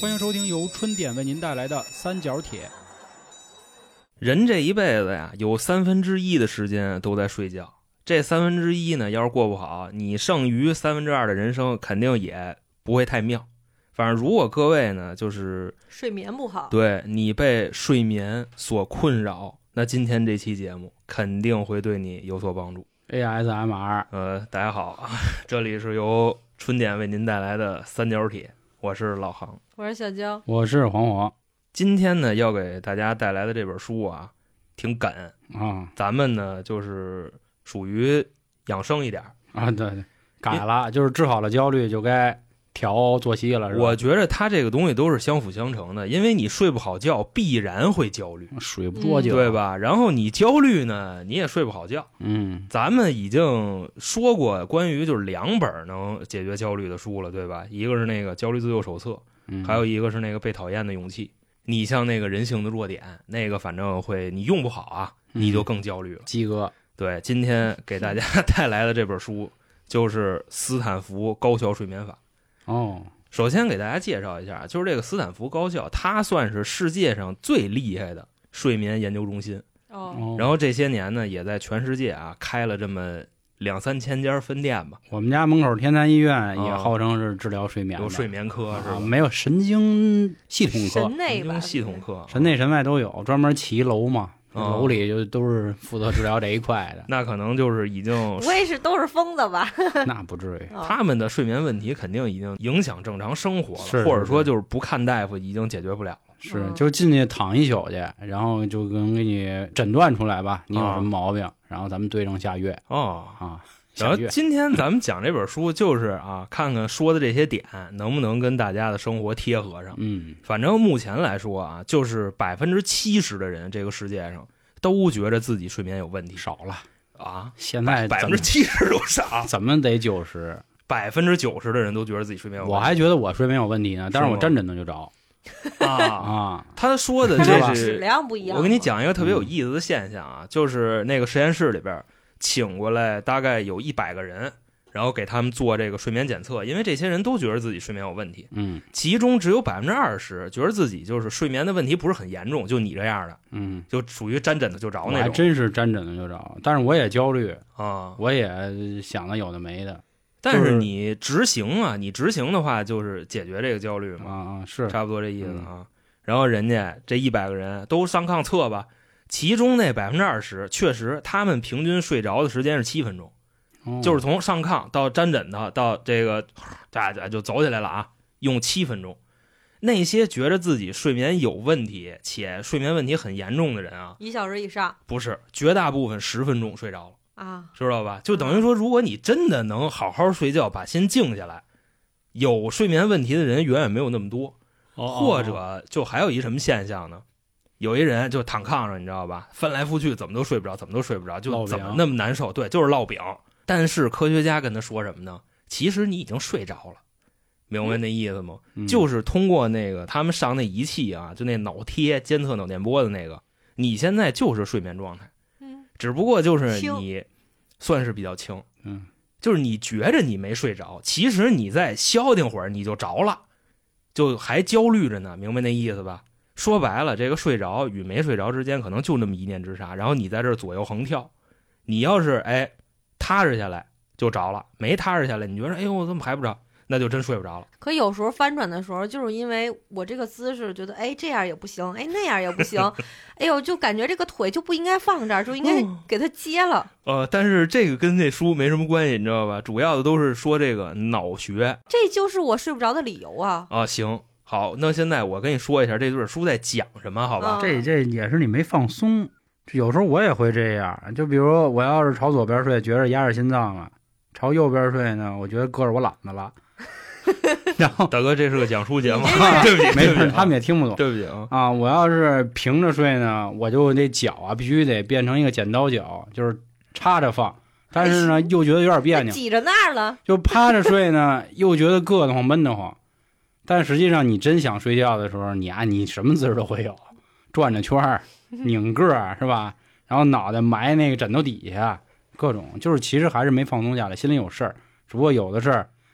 欢迎收听由春点为您带来的三角铁。 人这一辈子呀，有1/3的时间都在睡觉。这1/3呢，要是过不好，你剩余2/3的人生肯定也不会太妙。反正如果各位呢，就是睡眠不好， 对你被睡眠所困扰，那今天这期节目肯定会对你有所帮助。 ASMR， 大家好，这里是由春点为您带来的三角铁，我是老航， 我是小娇， 我是黄黄。 今天呢，要给大家带来的这本书啊，挺梗啊。 咱们呢，就是属于养生一点啊，对，改了，就是治好了焦虑，就该调作息了，是吧？ 我觉得它这个东西都是相辅相成的，因为你睡不好觉，必然会焦虑， 睡不着觉， 对吧？然后你焦虑呢，你也睡不好觉。咱们已经说过关于就是2本能解决焦虑的书了，对吧？一个是那个《焦虑自救手册》，还有一个是那个《被讨厌的勇气》。你像那个人性的弱点，那个反正会你用不好啊，你就更焦虑了。 鸡哥， 对，今天给大家带来的这本书就是斯坦福高效睡眠法。首先给大家介绍一下，就是这个斯坦福高校，它算是世界上最厉害的睡眠研究中心。然后这些年呢，也在全世界啊开了这么2-3千家分店吧。 我们家门口天坛医院也号称是治疗睡眠的， 有睡眠科是吧？ 没有神经系统科， 神内吧， 系统科， 神内神外都有，专门骑楼嘛。楼里就都是负责治疗这一块的。 那可能就是已经不会是都是疯子吧？ 那不至于， 他们的睡眠问题肯定已经影响正常生活了， 是或者说就是不看大夫已经解决不了。 是，就进去躺一宿去，然后就能给你诊断出来吧，你有什么毛病，然后咱们对症下药。 然后今天咱们讲这本书，就是啊，看看说的这些点能不能跟大家的生活贴合上。反正目前来说啊，就是70%的人，这个世界上都觉得自己睡眠有问题。 少了啊， 现在 70%都少， 怎么得90%？90% 的人都觉得自己睡眠有问题。 我还觉得我睡眠有问题呢，但是我真的就着。 他说的这是质量不一样。 我跟你讲一个特别有意思的现象啊，就是那个实验室里边请过来大概有100个人，然后给他们做这个睡眠检测，因为这些人都觉得自己睡眠有问题，其中只有20%觉得自己就是睡眠的问题不是很严重，就你这样的，就属于沾枕头就着那种。 还真是沾枕头就着，但是我也焦虑啊， 我也想的有的没的。 但是你执行啊，你执行的话就是解决这个焦虑嘛， 是差不多这意思啊。然后人家这100个人都上炕测吧。其中那20%确实，他们平均睡着的时间是7分钟，就是从上炕到沾枕头到这个就走起来了啊，用7分钟。那些觉得自己睡眠有问题且睡眠问题很严重的人啊，1 小时以上不是，绝大部分10分钟睡着了啊， 知道吧？就等于说，如果你真的能好好睡觉，把心静下来，有睡眠问题的人远远没有那么多。或者就还有一什么现象呢？有一人就躺炕上，你知道吧，翻来覆去怎么都睡不着，就怎么那么难受。对，就是烙饼。但是科学家跟他说什么呢？其实你已经睡着了，明白那意思吗？就是通过那个他们上那仪器啊，就那脑贴监测脑电波的那个，你现在就是睡眠状态，只不过就是你算是比较轻，就是你觉着你没睡着，其实你再消停会儿你就着了，就还焦虑着呢，明白那意思吧？说白了，这个睡着与没睡着之间可能就那么一念之差，然后你在这儿左右横跳，你要是踏实下来就着了，没踏实下来，你觉得哎呦我怎么还不着，那就真睡不着了。 可有时候翻转的时候，就是因为我这个姿势觉得这样也不行，那样也不行，哎呦就感觉这个腿就不应该放这儿，就应该给它接了。 但是这个跟这书没什么关系，你知道吧？主要的都是说这个脑学， 这就是我睡不着的理由啊。 行。好，那现在我跟你说一下这本书在讲什么，好吧？ 这也是你没放松，有时候我也会这样。就比如我要是朝左边睡，觉着压着心脏了；朝右边睡呢，我觉得硌着我懒子了。然后大哥，这是个讲述节目，对不起， 没事，他们也听不懂， 对不起啊！我要是平着睡呢，我就那脚啊必须得变成一个剪刀脚，就是插着放。但是呢，又觉得有点别扭， 挤着那儿了。 就趴着睡呢，又觉得硌得慌、闷得慌。但实际上，你真想睡觉的时候，你什么姿势都会有，转着圈儿、拧个儿，是吧？然后脑袋埋那个枕头底下，各种，就是其实还是没放松下来，心里有事儿。只不过有的事儿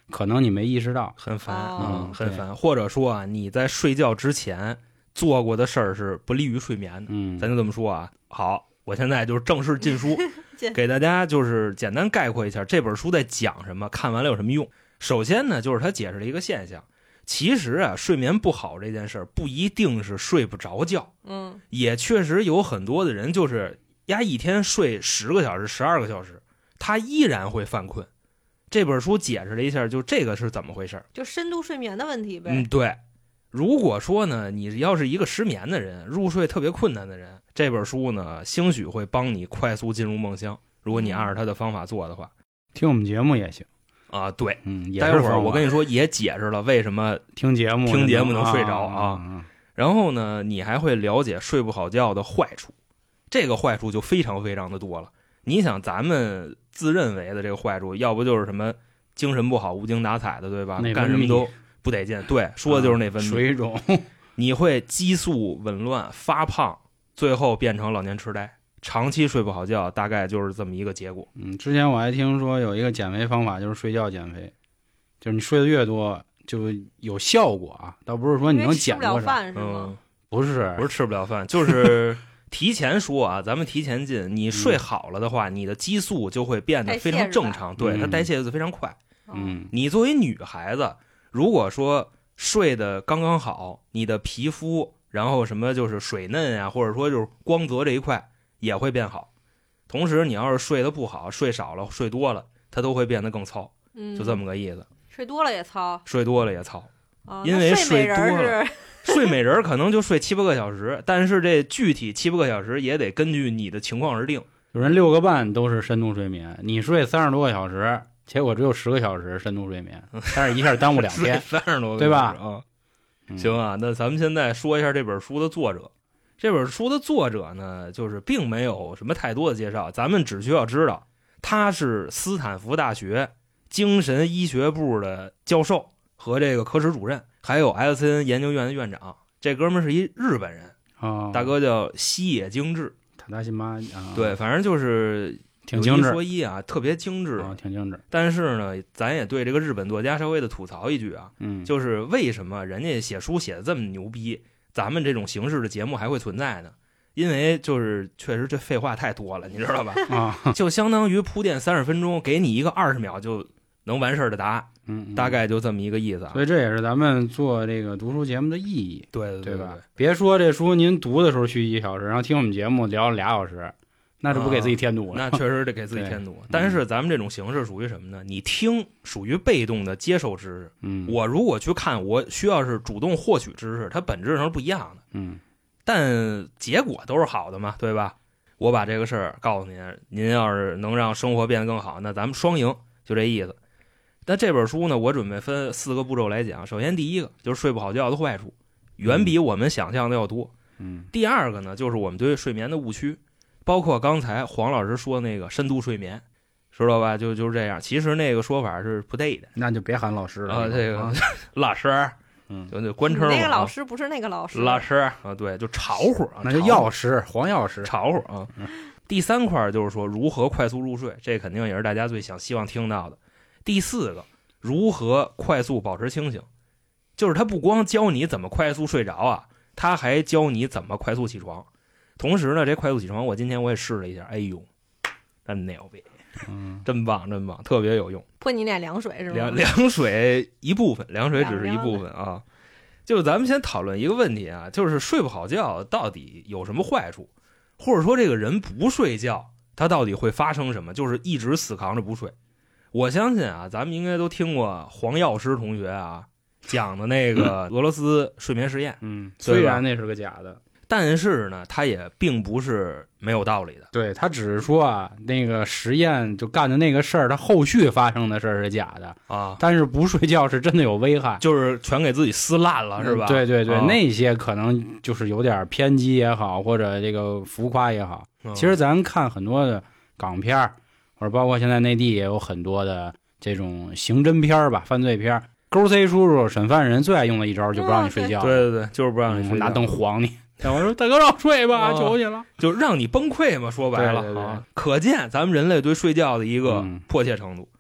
可能你没意识到。 很烦， 哦很烦。或者说啊，你在睡觉之前做过的事儿是不利于睡眠的，咱就这么说啊。好，我现在就是正式进书，给大家就是简单概括一下这本书在讲什么，看完了有什么用。首先呢，就是他解释了一个现象，其实啊，睡眠不好这件事儿不一定是睡不着觉，也确实有很多的人就是一天睡10个小时、12个小时，他依然会犯困。这本书解释了一下，就这个是怎么回事， 就深度睡眠的问题呗。 对。如果说呢，你要是一个失眠的人，入睡特别困难的人，这本书呢，兴许会帮你快速进入梦乡。如果你按照他的方法做的话， 听我们节目也行啊。对， 也待会儿我跟你说，也解释了为什么听节目能睡着啊。然后呢，你还会了解睡不好觉的坏处，这个坏处就非常非常的多了。你想，咱们自认为的这个坏处，要不就是什么精神不好、无精打采的，对吧？干什么都不得劲。对，说的就是内分泌、 水肿， 你会激素紊乱、发胖，最后变成老年痴呆。长期睡不好觉，大概就是这么一个结果。 之前我还听说有一个减肥方法，就是睡觉减肥，就是你睡得越多就有效果啊，倒不是说你能减多少。 吃不了饭是吗？ 不是吃不了饭，就是提前说啊，咱们提前进。你睡好了的话，你的激素就会变得非常正常，对，它代谢就非常快。你作为女孩子，如果说睡得刚刚好，你的皮肤，然后什么就是水嫩啊，或者说就是光泽这一块也会变好。同时，你要是睡得不好，睡少了、睡多了，它都会变得更糙。就这么个意思。 睡多了也糙， 睡多了也糙，因为睡多了。睡美人可能就睡7、8个小时，但是这具体7、8个小时也得根据你的情况而定。 有人6个半都是深度睡眠，你睡30多个小时，结果只有10个小时深度睡眠，但是一下耽误2天 ，30多个小时， 对吧？ 啊，行啊，那咱们现在说一下这本书的作者。这本书的作者呢，就是并没有什么太多的介绍，咱们只需要知道他是斯坦福大学精神医学部的教授和这个科室主任，还有 LCN 研究院的院长。这哥们儿是一日本人，大哥叫西野精致， 塔达西妈对，反正就是挺精致， 说一啊，特别精致挺精致。 但是呢，咱也对这个日本作家稍微的吐槽一句啊，就是为什么人家写书写的这么牛逼，咱们这种形式的节目还会存在呢？因为就是确实这废话太多了，你知道吧？就相当于铺垫30分钟，给你一个20秒就能完事儿的答案，大概就这么一个意思。 所以这也是咱们做这个读书节目的意义， 对吧？别说这书您读的时候需1小时，然后听我们节目聊了2小时，那这不给自己添堵了？ 那确实得给自己添堵。但是咱们这种形式属于什么呢？你听属于被动的接受知识，我如果去看，我需要是主动获取知识，它本质上是不一样的，但结果都是好的嘛，对吧？我把这个事儿告诉您，您要是能让生活变得更好，那咱们双赢，就这意思。但这本书呢，我准备分4个步骤来讲。首先，第一个就是睡不好觉的坏处，远比我们想象的要多。第二个呢，就是我们对睡眠的误区，包括刚才黄老师说那个深度睡眠，知道吧？就是这样。其实那个说法是不对的， 那就别喊老师了。 这个老师，就那官称。 那个老师不是那个老师， 老师啊，对，就吵乎啊， 那就药师，黄药师， 吵乎啊。第3块就是说如何快速入睡，这肯定也是大家最希望听到的。第4个，如何快速保持清醒，就是他不光教你怎么快速睡着啊，他还教你怎么快速起床。同时呢，这快速起床，我今天我也试了一下，哎呦，真牛逼，真棒，真棒，特别有用。 泼你脸凉水是吗？ 凉水一部分，凉水只是一部分啊。就咱们先讨论一个问题啊，就是睡不好觉到底有什么坏处，或者说这个人不睡觉，他到底会发生什么？就是一直死扛着不睡。我相信啊，咱们应该都听过黄药师同学啊讲的那个俄罗斯睡眠实验， 虽然那是个假的， 但是呢，他也并不是没有道理的。 对，他只是说啊，那个实验就干的那个事儿，他后续发生的事儿是假的啊， 但是不睡觉是真的有危害， 就是全给自己撕烂了，是吧？ 对对对，那些可能就是有点偏激也好，或者这个浮夸也好。其实咱看很多的港片儿，或者包括现在内地也有很多的这种刑侦片吧，犯罪片。勾 C 叔叔审犯人最爱用的一招就不让你睡觉， 对对对，就是不让你睡觉， 拿灯晃你。我说大哥让我睡吧，求你了， 就让你崩溃嘛。说白了， 对对对可见咱们人类对睡觉的一个迫切程度。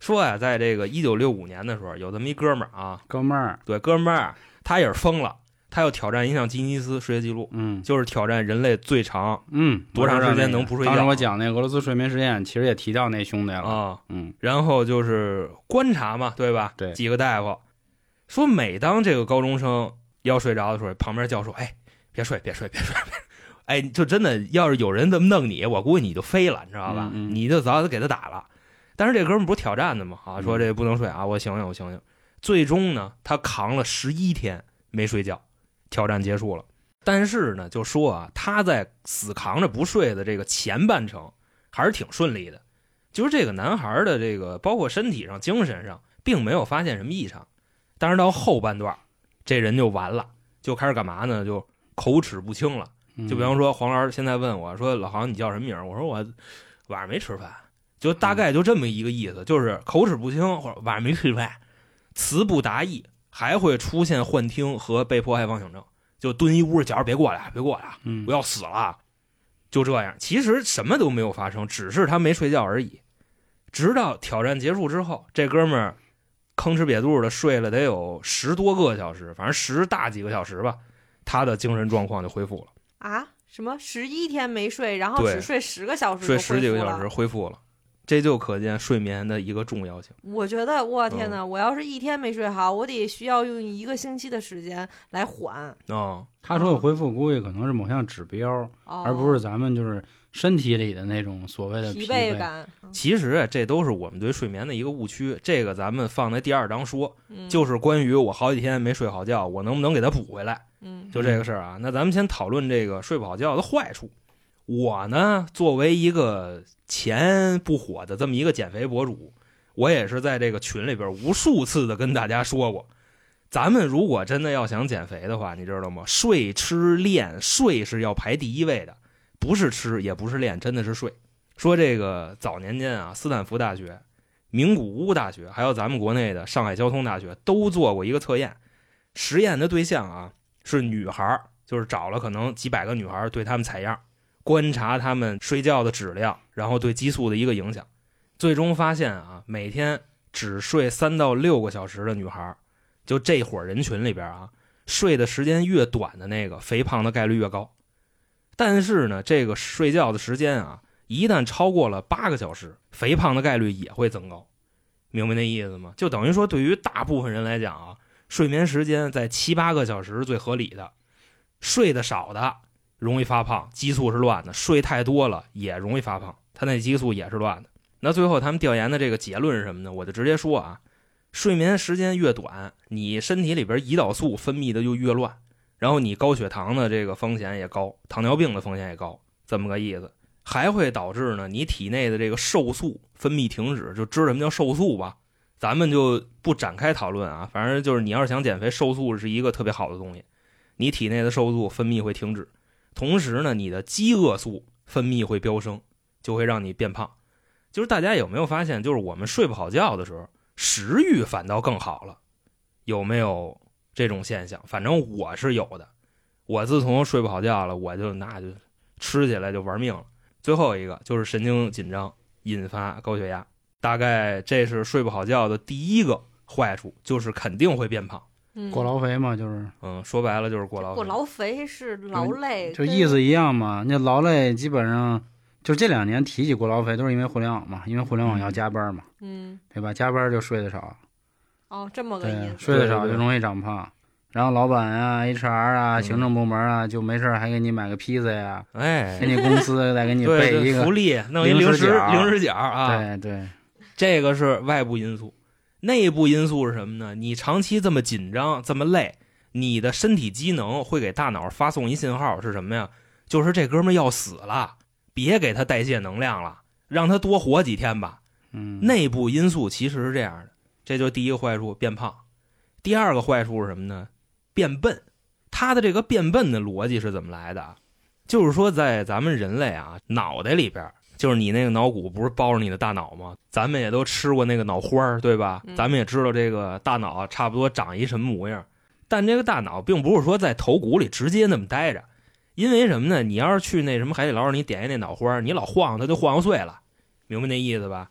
说呀，在这个1965年的时候，有这么一哥们儿啊， 哥们儿， 对，哥们儿，他也是疯了，他要挑战一项吉尼斯世界纪录，就是挑战人类最长，多长时间能不睡觉。 当时我讲那个俄罗斯睡眠实验，其实也提到那兄弟了啊，然后就是观察嘛，对吧？ 对， 几个大夫说，每当这个高中生要睡着的时候，旁边教授，哎，别睡，哎，就真的要是有人这么弄你，我估计你就飞了，你知道吧？你就早给他打了。但是这哥们不是挑战的吗？啊，说这不能睡啊，我醒醒。最终呢，他扛了11天没睡觉，挑战结束了。但是呢，就说啊，他在死扛着不睡的这个前半程还是挺顺利的，就是这个男孩的这个包括身体上、精神上，并没有发现什么异常。但是到后半段，这人就完了，就开始干嘛呢？就口齿不清了。就比方说，黄老师现在问我说：“老黄，你叫什么名？”我说：“我晚上没吃饭。”就大概就这么一个意思，就是口齿不清或者晚上没吃饭，词不达意，还会出现幻听和被迫害妄想症，就蹲一屋，觉着别过来，我要死了，就这样。其实什么都没有发生，只是他没睡觉而已。直到挑战结束之后，这哥们儿吭哧瘪肚的睡了得有10多个小时，反正10大几个小时吧，他的精神状况就恢复了。 啊？什么11天没睡，然后只睡10个小时， 睡10几个小时恢复了。这就可见睡眠的一个重要性。 我觉得，我天哪！我要是1天没睡好，我得需要用1个星期的时间来缓。 他说的恢复，估计可能是某项指标，而不是咱们就是身体里的那种所谓的疲惫感。 其实这都是我们对睡眠的一个误区。这个咱们放在第2章说，就是关于我好几天没睡好觉，我能不能给它补回来？就这个事儿啊。那咱们先讨论这个睡不好觉的坏处。我呢，作为一个钱不火的这么一个减肥博主，我也是在这个群里边无数次的跟大家说过，咱们如果真的要想减肥的话，你知道吗？睡吃练，睡是要排第1位的，不是吃也不是练，真的是睡。说这个早年间啊，斯坦福大学、名古屋大学，还有咱们国内的上海交通大学都做过一个测验，实验的对象啊是女孩，就是找了可能几百个女孩对她们采样，观察他们睡觉的质量，然后对激素的一个影响。最终发现啊，每天只睡3到6个小时的女孩，就这伙人群里边啊，睡的时间越短的那个肥胖的概率越高。但是呢，这个睡觉的时间啊，一旦超过了8个小时，肥胖的概率也会增高。明白那意思吗？就等于说对于大部分人来讲啊，睡眠时间在7、8个小时是最合理的。睡得少的容易发胖，激素是乱的；睡太多了也容易发胖，他那激素也是乱的。那最后他们调研的这个结论是什么呢？我就直接说啊，睡眠时间越短，你身体里边胰岛素分泌的就越乱，然后你高血糖的这个风险也高，糖尿病的风险也高，这么个意思。还会导致呢，你体内的这个瘦素分泌停止，就知道什么叫瘦素吧？咱们就不展开讨论啊，反正就是你要是想减肥，瘦素是一个特别好的东西，你体内的瘦素分泌会停止。同时呢，你的饥饿素分泌会飙升，就会让你变胖。就是大家有没有发现，就是我们睡不好觉的时候，食欲反倒更好了，有没有这种现象？反正我是有的。我自从睡不好觉了，我就吃起来就玩命了。最后一个就是神经紧张引发高血压，大概这是睡不好觉的第1个坏处，就是肯定会变胖。 过劳肥嘛，就是说白了就是过劳肥。 过劳肥是劳累， 就意思一样嘛。那劳累基本上就这2年提起过劳肥，都是因为互联网嘛，因为互联网要加班嘛，对吧？加班就睡得少。 这么个意思。 睡得少就容易长胖。然后老板啊、HR 啊、行政部门啊，就没事还给你买个披萨呀，给你公司再给你备一个福利，弄一零食角啊。 对， 这个是外部因素。内部因素是什么呢？你长期这么紧张这么累，你的身体机能会给大脑发送一信号，是什么呀？就是这哥们要死了，别给他代谢能量了，让他多活几天吧。内部因素其实是这样的，这就是第1个坏处，变胖。第2个坏处是什么呢？变笨。他的这个变笨的逻辑是怎么来的啊？就是说在咱们人类啊脑袋里边，就是你那个脑骨不是包着你的大脑吗？咱们也都吃过那个脑花，对吧？咱们也知道这个大脑差不多长一什么模样。但这个大脑并不是说在头骨里直接那么待着，因为什么呢？你要是去那什么海底捞，你点一那脑花，你老晃它就晃碎了，明白那意思吧？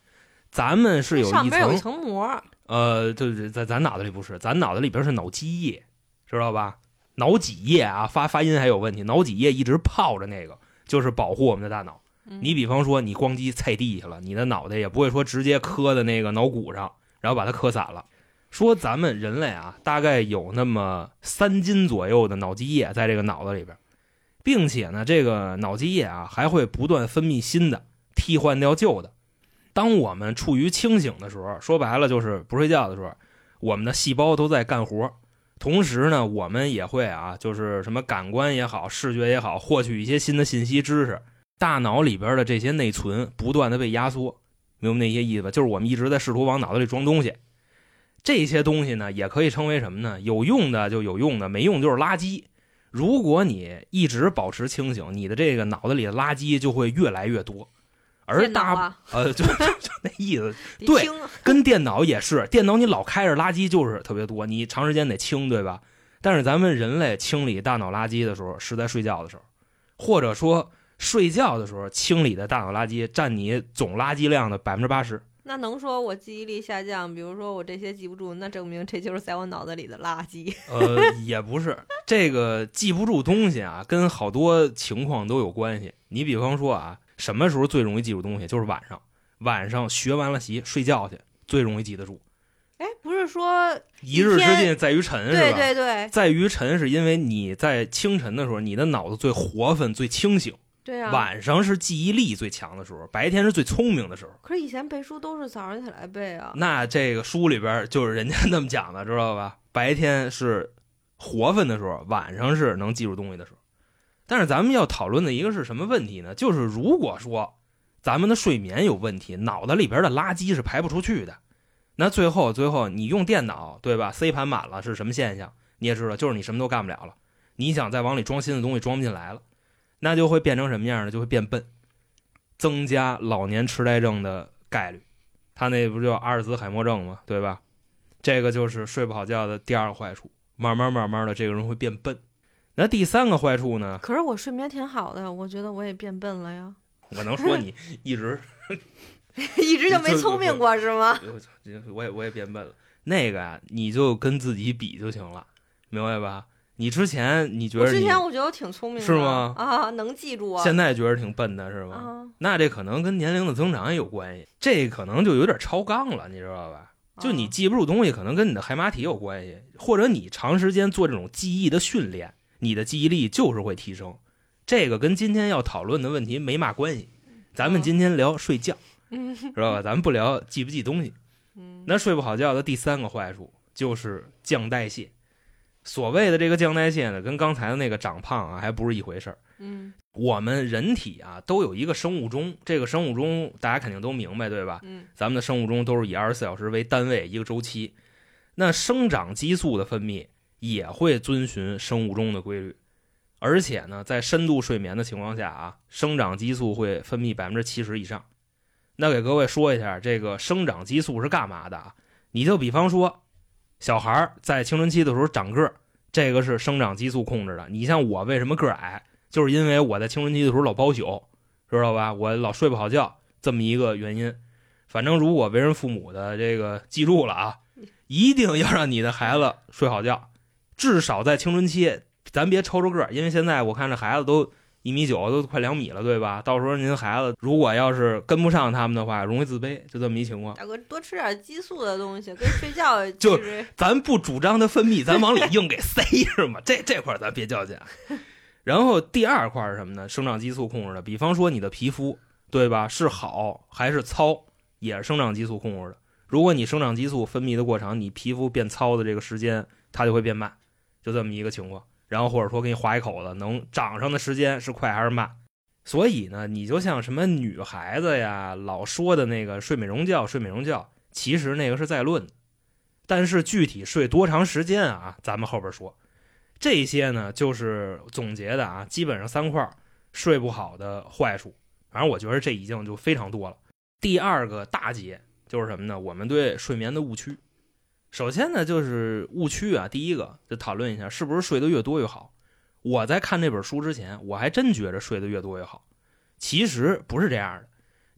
咱们是上边有一层膜。 对，在咱脑子里不是，咱脑子里边是脑基液，知道吧？脑脊液啊，发音还有问题，脑脊液一直泡着那个，就是保护我们的大脑。你比方说你咣叽踩地下了，你的脑袋也不会说直接磕在那个脑骨上，然后把它磕散了。说咱们人类啊，大概有那么3斤左右的脑积液在这个脑子里边，并且呢，这个脑积液啊还会不断分泌新的，替换掉旧的。当我们处于清醒的时候，说白了就是不睡觉的时候，我们的细胞都在干活，同时呢，我们也会啊，就是什么感官也好，视觉也好，获取一些新的信息知识。大脑里边的这些内存不断的被压缩，明白那些意思吧？就是我们一直在试图往脑子里装东西。这些东西呢，也可以称为什么呢？有用的就有用的，没用就是垃圾。如果你一直保持清醒，你的这个脑子里的垃圾就会越来越多。而就那意思，对，跟电脑也是，电脑你老开着垃圾就是特别多，你长时间得清，对吧？但是咱们人类清理大脑垃圾的时候，是在睡觉的时候，或者说睡觉的时候清理的大脑垃圾占你总垃圾量的80%。 那能说我记忆力下降，比如说我这些记不住，那证明这就是在我脑子里的垃圾。 也不是，这个记不住东西啊，跟好多情况都有关系。你比方说啊，什么时候最容易记住东西？就是晚上学完了习睡觉去，最容易记得住。 哎，不是说一日之计在于晨是吧？ 对对对， 在于晨是因为你在清晨的时候，你的脑子最活泛、最清醒。 对啊， 晚上是记忆力最强的时候，白天是最聪明的时候。 可是以前背书都是早上起来背啊。 那这个书里边就是人家那么讲的，知道吧？白天是活泛的时候，晚上是能记住东西的时候。但是咱们要讨论的一个是什么问题呢？就是如果说咱们的睡眠有问题，脑子里边的垃圾是排不出去的，那最后你用电脑，对吧？ C 盘满了是什么现象？你也知道，就是你什么都干不了了，你想再往里装新的东西装不进来了，那就会变成什么样呢？就会变笨，增加老年痴呆症的概率。他那不就阿尔兹海默症吗？对吧？这个就是睡不好觉的第二个坏处，慢慢的这个人会变笨。那第三个坏处呢？ 可是我睡眠挺好的，我觉得我也变笨了呀。 我能说你一直一直就没聪明过是吗？ 我也变笨了。那个啊，你就跟自己比就行了，明白吧？你之前你觉得我之前我觉得我挺聪明的， 是吗？ 啊，能记住啊。 现在觉得挺笨的是吗？那这可能跟年龄的增长也有关系，这可能就有点超纲了，你知道吧？就你记不住东西，可能跟你的海马体有关系，或者你长时间做这种记忆的训练，你的记忆力就是会提升。这个跟今天要讨论的问题没嘛关系。咱们今天聊睡觉，知道吧？咱们不聊记不记东西。那睡不好觉的第三个坏处就是降代谢。所谓的这个降代谢呢，跟刚才的那个长胖啊还不是一回事儿。我们人体啊都有一个生物钟，这个生物钟大家肯定都明白，对吧？咱们的生物钟都是以24小时为单位一个周期。那生长激素的分泌也会遵循生物钟的规律，而且呢，在深度睡眠的情况下啊，生长激素会分泌70%以上。那给各位说一下，这个生长激素是干嘛的啊？你就比方说，小孩在青春期的时候长个儿，这个是生长激素控制的。你像我为什么个儿矮，就是因为我在青春期的时候老包宿，知道吧？我老睡不好觉，这么一个原因。反正如果为人父母的这个记住了啊，一定要让你的孩子睡好觉，至少在青春期，咱别抽个儿，因为现在我看这孩子都1.9米，都快2米了，对吧？到时候您孩子如果要是跟不上他们的话，容易自卑，就这么一情况。 大哥，多吃点激素的东西，跟睡觉就咱不主张的分泌，咱往里硬给塞是吗？这块咱别较劲。然后第二块是什么呢？生长激素控制的，比方说你的皮肤，对吧？是好还是糙，也是生长激素控制的。如果你生长激素分泌的过长，你皮肤变糙的这个时间，它就会变慢，就这么一个情况。然后或者说给你划一口子，能长上的时间是快还是慢？所以呢，你就像什么女孩子呀，老说的那个睡美容觉，其实那个是在论的。但是具体睡多长时间啊，咱们后边说。这些呢，就是总结的啊，基本上3块睡不好的坏处。反正我觉得这已经就非常多了。第二个大节就是什么呢？我们对睡眠的误区。首先呢，就是误区啊。第一个就讨论一下，是不是睡得越多越好？我在看这本书之前，我还真觉着睡得越多越好。其实不是这样的。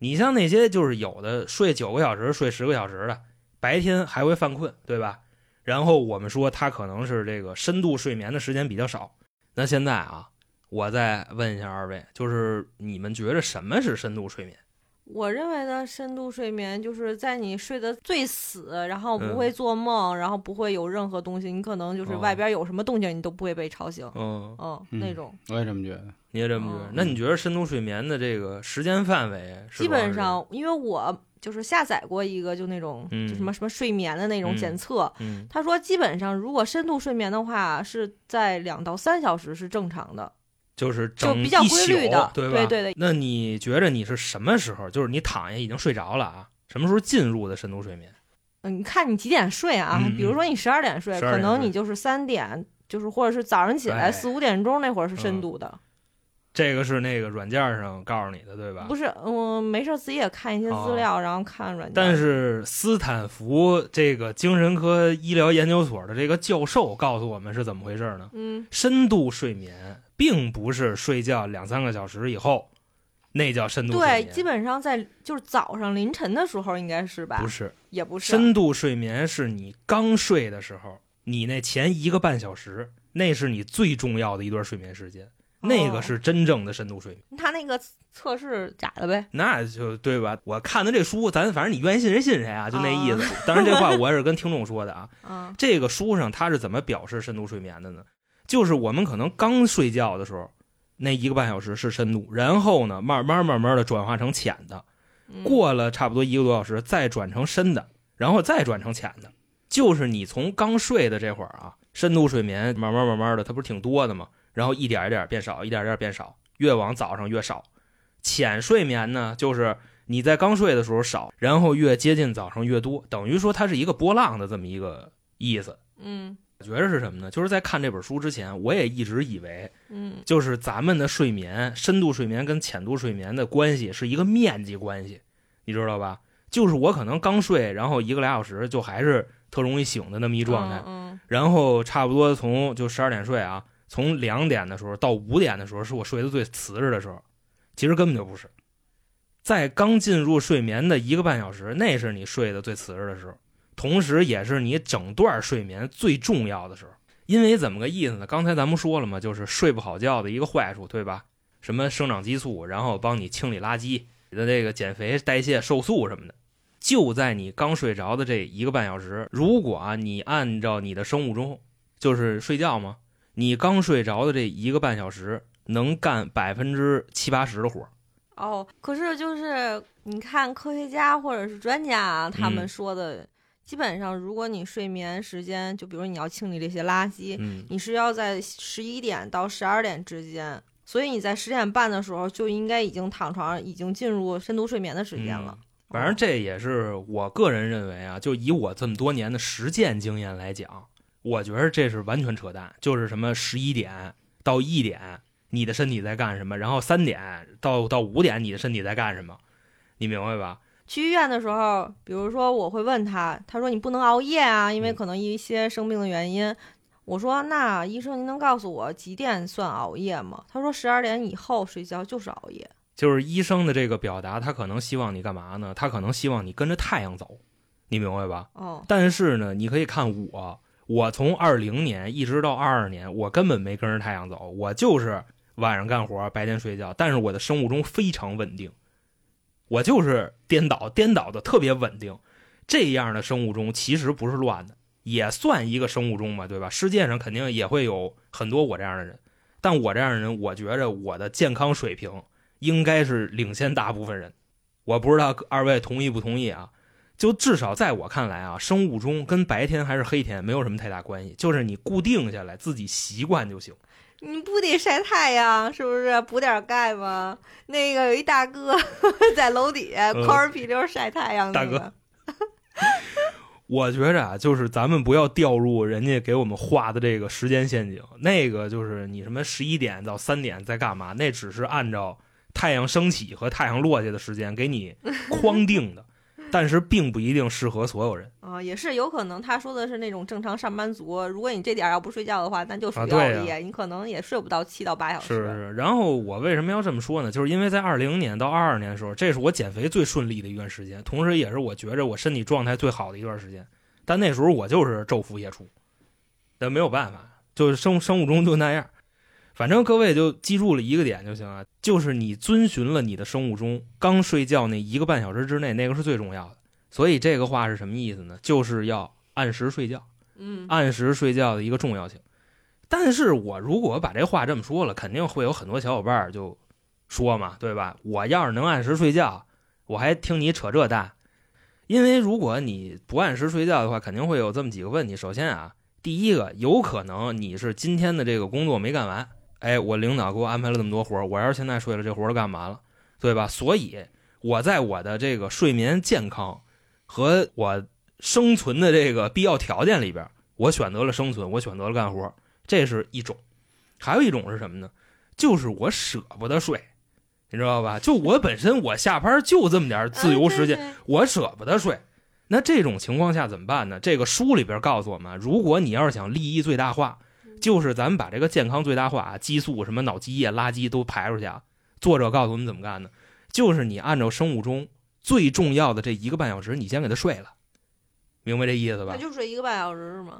你像那些就是有的睡9个小时、睡10个小时的，白天还会犯困，对吧？然后我们说他可能是这个深度睡眠的时间比较少。那现在啊，我再问一下二位，就是你们觉得什么是深度睡眠？ 我认为的深度睡眠就是在你睡得最死，然后不会做梦，然后不会有任何东西，你可能就是外边有什么动静你都不会被吵醒。那种。 我也这么觉得。 你也这么觉得？那你觉得深度睡眠的这个时间范围是？ 基本上，因为我就是下载过一个就那种就什么睡眠的那种检测，他说基本上如果深度睡眠的话是在2到3小时是正常的。 就是比较规律的， 对吧？ 对。 那你觉得你是什么时候？就是你躺下已经睡着了啊？什么时候进入的深度睡眠？ 你看你几点睡啊？比如说你12点睡，可能你就是3点，就是或者是早上起来4、5点钟那会儿是深度的。 这个是那个软件上告诉你的，对吧？ 不是，没事自己也看一些资料，然后看软件。 但是斯坦福这个精神科医疗研究所的这个教授告诉我们是怎么回事呢？深度睡眠并不是睡觉2、3个小时以后，那叫深度睡眠。 对，基本上在就是早上凌晨的时候应该是吧？ 不是， 也不是。 深度睡眠是你刚睡的时候，你那前1个半小时，那是你最重要的一段睡眠时间。那个是真正的深度睡眠。 他那个测试假的呗？ 那就对吧？我看的这书，咱反正你愿意信谁信谁啊，就那意思。当然这话我也是跟听众说的啊。这个书上他是怎么表示深度睡眠的呢？就是我们可能刚睡觉的时候，那1个半小时是深度，然后呢，慢慢的转化成浅的，过了差不多1个多小时，再转成深的，然后再转成浅的。就是你从刚睡的这会儿啊，深度睡眠慢慢的，它不是挺多的吗？然后一点一点变少，一点一点变少，越往早上越少。浅睡眠呢，就是你在刚睡的时候少，然后越接近早上越多，等于说它是一个波浪的这么一个意思。我觉得是什么呢？就是在看这本书之前，我也一直以为，就是咱们的睡眠，深度睡眠跟浅度睡眠的关系是一个面积关系，你知道吧？就是我可能刚睡，然后1个2小时就还是特容易醒的那么一状态，然后差不多从就12点睡啊。从2点的时候到5点的时候是我睡得最瓷实的时候，其实根本就不是。在刚进入睡眠的1个半小时，那是你睡得最瓷实的时候，同时也是你整段睡眠最重要的时候。因为怎么个意思呢？刚才咱们说了嘛，就是睡不好觉的一个坏处，对吧？什么生长激素，然后帮你清理垃圾，你的这个减肥、代谢、瘦素什么的。就在你刚睡着的这1个半小时，如果你按照你的生物钟，就是睡觉嘛，你刚睡着的这1个半小时能干70%、80%的活。 可是就是你看科学家或者是专家他们说的，基本上如果你睡眠时间，就比如你要清理这些垃圾，你是要在11点到12点之间，所以你在10点半的时候就应该已经躺床上，已经进入深度睡眠的时间了。 反正这也是我个人认为啊，就以我这么多年的实践经验来讲，我觉得这是完全扯淡。就是什么11点到1点你的身体在干什么，然后3点到5点你的身体在干什么，你明白吧？ 去医院的时候，比如说我会问他说你不能熬夜啊，因为可能一些生病的原因。我说那医生您能告诉我几点算熬夜吗？他说12点以后睡觉就是熬夜。 就是医生的这个表达，他可能希望你干嘛呢？他可能希望你跟着太阳走，你明白吧？但是呢，你可以看我从20年一直到22年，我根本没跟着太阳走，我就是晚上干活，白天睡觉，但是我的生物钟非常稳定，我就是颠倒的特别稳定。这样的生物钟其实不是乱的，也算一个生物钟嘛，对吧？世界上肯定也会有很多我这样的人，但我这样的人，我觉着我的健康水平应该是领先大部分人。我不知道二位同意不同意啊？就至少在我看来啊，生物钟跟白天还是黑天没有什么太大关系，就是你固定下来自己习惯就行。 你不得晒太阳是不是？补点钙吗？那个有一大哥在楼底下光着屁溜晒太阳，大哥我觉着啊，就是咱们不要掉入人家给我们画的这个时间陷阱。那个就是你什么11点到3点在干嘛，那只是按照太阳升起和太阳落下的时间给你框定的。 但是并不一定适合所有人啊，也是有可能他说的是那种正常上班族，如果你这点要不睡觉的话，那就属于熬夜，你可能也睡不到7到8小时。 是。然后我为什么要这么说呢？就是因为在20年到22年的时候，这是我减肥最顺利的一段时间，同时也是我觉着我身体状态最好的一段时间。但那时候我就是昼伏夜出，但没有办法，就是生物钟就那样。反正各位就记住了一个点就行了，就是你遵循了你的生物钟，刚睡觉那1个半小时之内，那个是最重要的。所以这个话是什么意思呢？就是要按时睡觉，按时睡觉的一个重要性。但是我如果把这话这么说了，肯定会有很多小伙伴就说嘛，对吧？我要是能按时睡觉，我还听你扯这蛋。因为如果你不按时睡觉的话，肯定会有这么几个问题。首先啊，第一个，有可能你是今天的这个工作没干完，我领导给我安排了这么多活，我要是现在睡了，这活都干完了，对吧？所以我在我的这个睡眠健康和我生存的这个必要条件里边，我选择了生存，我选择了干活，这是一种。还有一种是什么呢？就是我舍不得睡，你知道吧？就我本身我下班就这么点自由时间，我舍不得睡。那这种情况下怎么办呢？这个书里边告诉我们，如果你要是想利益最大化，就是咱们把这个健康最大化，激素什么脑积液垃圾都排出去啊。作者告诉你怎么干呢？就是你按照生物钟最重要的这1个半小时，你先给他睡了，明白这意思吧？ 那就睡1个半小时是吗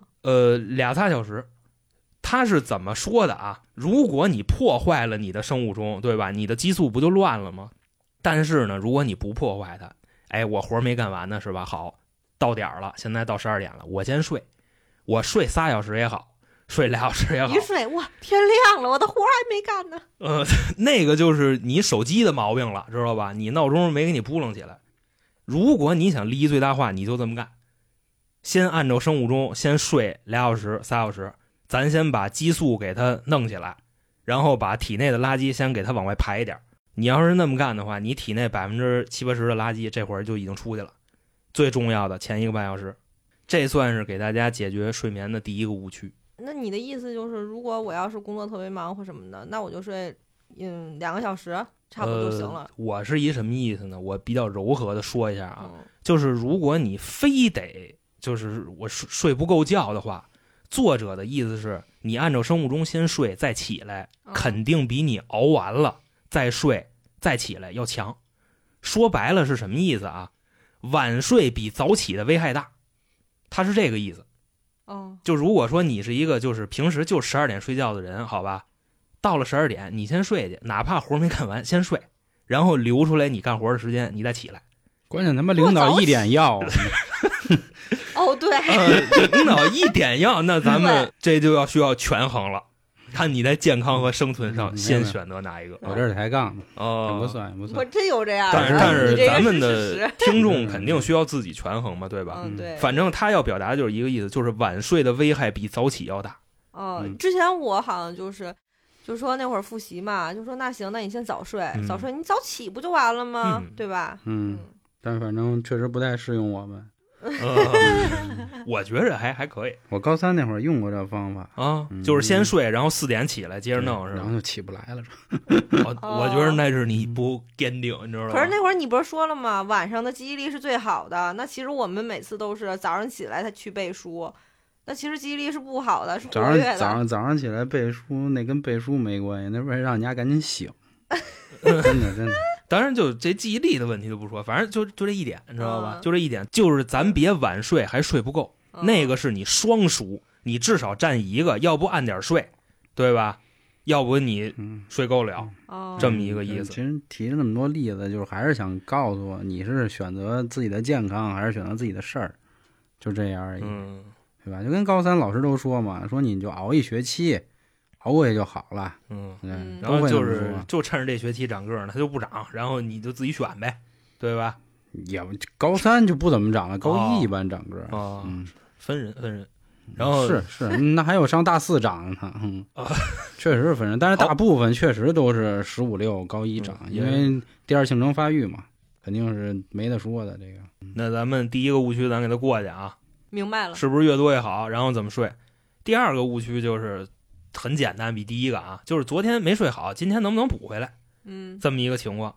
？2、3小时。他是怎么说的啊？如果你破坏了你的生物钟，对吧？你的激素不就乱了吗？但是呢，如果你不破坏它，我活没干完呢，是吧？好，到点了，现在到12点了，我先睡，我睡3小时也好，睡2小时也好。 一睡哇，天亮了，我的活还没干呢。 那个就是你手机的毛病了，知道吧？你闹钟没给你扑棱起来。如果你想利益最大化，你就这么干，先按照生物钟，先睡2小时、3小时。咱先把激素给它弄起来，然后把体内的垃圾先给它往外排一点。你要是那么干的话，你体内70%、80%的垃圾这会儿就已经出去了。最重要的前1个半小时，这算是给大家解决睡眠的第一个误区。 那你的意思就是，如果我要是工作特别忙或什么的，那我就睡2个小时差不多就行了。 我是一什么意思呢？我比较柔和的说一下啊，就是如果你非得就是我睡不够觉的话，作者的意思是你按照生物钟先睡再起来，肯定比你熬完了再睡再起来要强。说白了是什么意思啊？晚睡比早起的危害大，他是这个意思。就如果说你是一个就是平时就12点睡觉的人，好吧，到了12点你先睡去，哪怕活没干完先睡，然后留出来你干活的时间你再起来。 关键他妈领导1点要对， 领导1点要，那咱们这就需要权衡了，看你在健康和生存上先选择哪一个。 我这是抬杠不算。 我真有这样， 但是咱们的听众肯定需要自己权衡嘛，对吧？ 对。 反正他要表达的就是一个意思，就是晚睡的危害比早起要大。 之前我好像就说那会儿复习嘛，就说那行，那你先早睡，早睡你早起不就完了吗？对吧？ 但反正确实不太适用我们。 我觉着还可以。 我高3那会儿用过这方法啊，就是先睡，然后4点起来接着弄，是吧？ 然后就起不来了。 我觉得那是你不坚定，你知道吧？ 可是那会儿你不是说了吗？晚上的记忆力是最好的。那其实我们每次都是早上起来才去背书，那其实记忆力是不好的，是活跃的。 早上起来背书，那跟背书没关系，那为了让你家赶紧醒。真的。 当然，就这记忆力的问题就不说，反正就这一点，你知道吧？就这一点，就是咱别晚睡还睡不够，那个是你双熟，你至少占1个，要不按点睡，对吧？要不你睡够了，这么一个意思。 其实提了那么多例子，就是还是想告诉我，你是选择自己的健康，还是选择自己的事儿，就这样而已，对吧？就跟高3老师都说嘛，说你就熬1学期。熬过去就好了， 然后就趁着这学期长个呢，他就不长，然后你就自己选呗，对吧？ 也高3就不怎么长了，高1一般长个分人，然后是，那还有上大4长呢，确实是分人，但是大部分确实都是15、16高1长，因为第二性征发育嘛，肯定是没得说的这个。 那咱们第一个误区咱给他过去啊， 明白了， 是不是越多越好？然后怎么睡？第二个误区就是很简单，比第一个啊，就是昨天没睡好，今天能不能补回来？这么一个情况。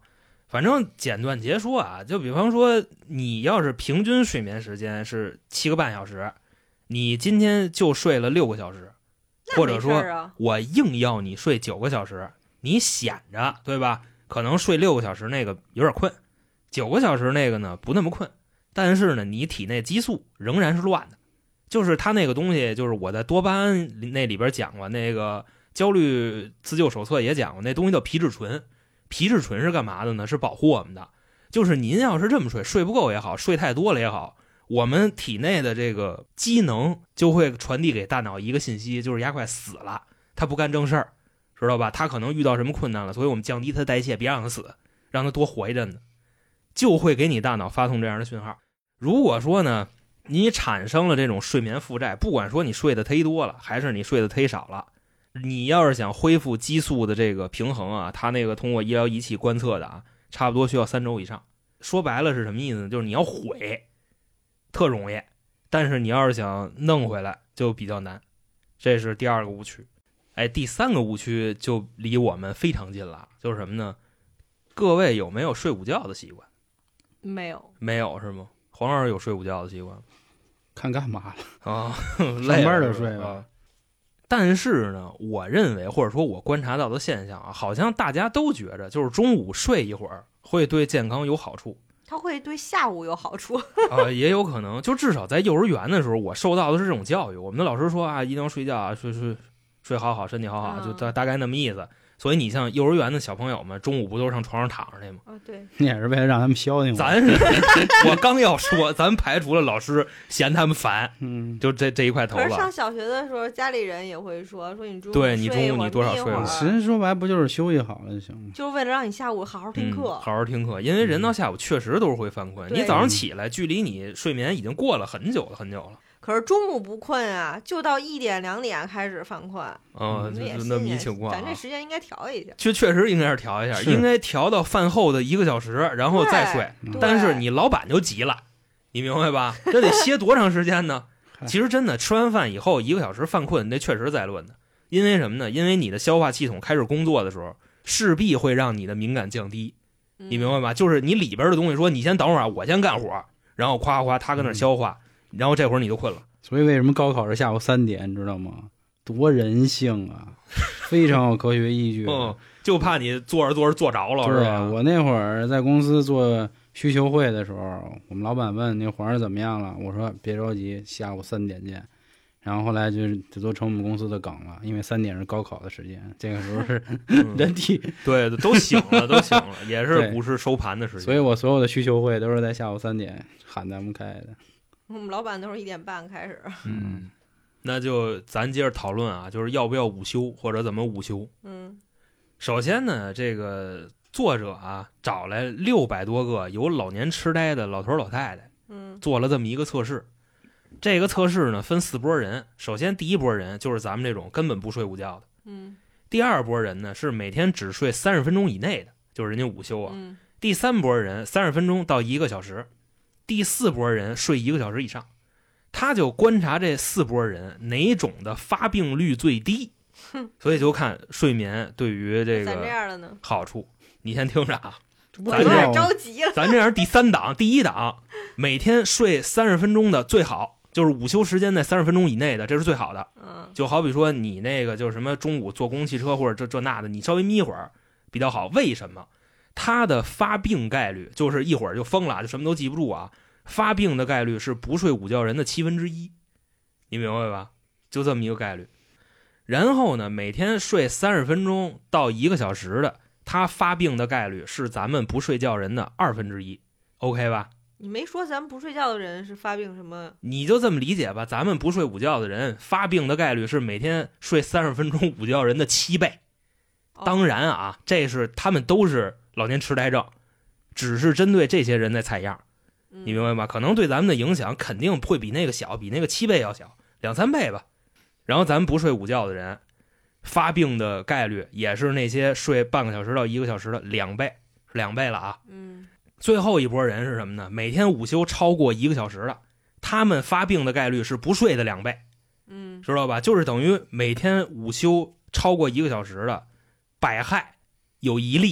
反正简短截说啊，就比方说你要是平均睡眠时间是7个半小时，你今天就睡了6个小时，或者说我硬要你睡9个小时，你显着对吧？可能睡6个小时那个有点困，9个小时那个呢不那么困，但是呢你体内激素仍然是乱的。就是他那个东西，就是我在多巴胺那里边讲过，那个焦虑自救手册也讲过，那东西叫皮质醇。皮质醇是干嘛的呢？是保护我们的。就是您要是这么睡，睡不够也好，睡太多了也好，我们体内的这个机能就会传递给大脑一个信息，就是牙快死了，他不干正事儿，知道吧？他可能遇到什么困难了，所以我们降低他代谢，别让他死，让他多活一阵子，就会给你大脑发送这样的讯号。如果说呢，你产生了这种睡眠负债，不管说你睡得忒多了，还是你睡得忒少了，你要是想恢复激素的这个平衡啊，他那个通过医疗仪器观测的啊，差不多需要3周以上。说白了是什么意思呢？就是你要毁，特容易，但是你要是想弄回来就比较难。这是第2个误区。哎，第3个误区就离我们非常近了，就是什么呢？各位有没有睡午觉的习惯？ 没有。 没有是吗？黄老师有睡午觉的习惯吗？ 看干嘛了啊？ 上班就睡吧。 但是呢，我认为或者说我观察到的现象啊，好像大家都觉着就是中午睡一会儿会对健康有好处， 它会对下午有好处也有可能。就至少在幼儿园的时候，我受到的是这种教育，我们的老师说啊，一定要睡觉啊，睡好好，身体好好，就大概那么意思。所以你像幼儿园的小朋友们，中午不都上床上躺着去吗？ 对， 你也是为了让他们消停。 我刚要说，咱排除了老师嫌他们烦，就这一块头了。 可是上小学的时候，家里人也会说你中午对你中午你多少睡会儿？ 其实说白不就是休息好了就行了？ 就是为了让你下午好好听课， 好好听课。因为人到下午确实都是会犯困，你早上起来距离你睡眠已经过了很久了很久了。 可是中午不困啊，就到1点2点开始犯困。 就那么一情况， 咱这时间应该调一下。 确实应该是调一下，应该调到饭后的1个小时，然后再睡。但是你老板就急了，你明白吧？这得歇多长时间呢？其实真的吃完饭以后1个小时犯困，那确实在论的。因为什么呢？因为你的消化系统开始工作的时候，势必会让你的敏感降低，你明白吧？就是你里边的东西说，你先等会儿，我先干活，然后夸夸他跟那消化。然后这会儿你就困了， 所以为什么高考是下午3点，你知道吗？多人性啊，非常有科学依据。 就怕你坐着坐着了，是吧？ 我那会儿在公司做需求会的时候，我们老板问那黄儿怎么样了，我说别着急，下午3点见。然后后来就都成我们公司的梗了，因为3点是高考的时间，这个时候是人体对都醒了，都醒了，也是股市收盘的时间。 所以我所有的需求会都是在下午3点喊咱们开的。 我们老板都是1点半开始。 那就咱接着讨论啊，就是要不要午休或者怎么午休。首先呢，这个作者啊找来600多个有老年痴呆的老头老太太，做了这么一个测试。这个测试呢分4波人，首先第一波人就是咱们这种根本不睡午觉的，第2波人呢是每天只睡30分钟以内的，就是人家午休啊。第3波人30分钟到1个小时，第4波人睡1个小时以上。他就观察这4波人哪种的发病率最低，所以就看睡眠对于这个好处。你先听着啊， 我有点着急了。 咱这样第3档，第1档每天睡30分钟的最好，就是午休时间在30分钟以内的，这是最好的。就好比说你那个就是什么中午坐公共汽车或者这那的，你稍微眯会儿比较好。为什么？他的发病概率就是一会儿就疯了，就什么都记不住啊。发病的概率是不睡午觉人的1/7，你明白吧？就这么一个概率。然后呢，每天睡30分钟到1个小时的，他发病的概率是咱们不睡觉人的1/2 ，OK 吧？ 你没说咱们不睡觉的人是发病什么？ 你就这么理解吧，咱们不睡午觉的人发病的概率是每天睡30分钟午觉人的7倍。当然啊，这是他们都是老年痴呆症，只是针对这些人在采样。你明白吗？可能对咱们的影响肯定会比那个小，比那个7倍要小，2、3倍吧。然后咱们不睡午觉的人，发病的概率也是那些睡半个小时到1个小时的2倍，是2倍了啊。最后一波人是什么呢？每天午休超过1个小时的，他们发病的概率是不睡的2倍。知道吧？就是等于每天午休超过1个小时的，百害有1利，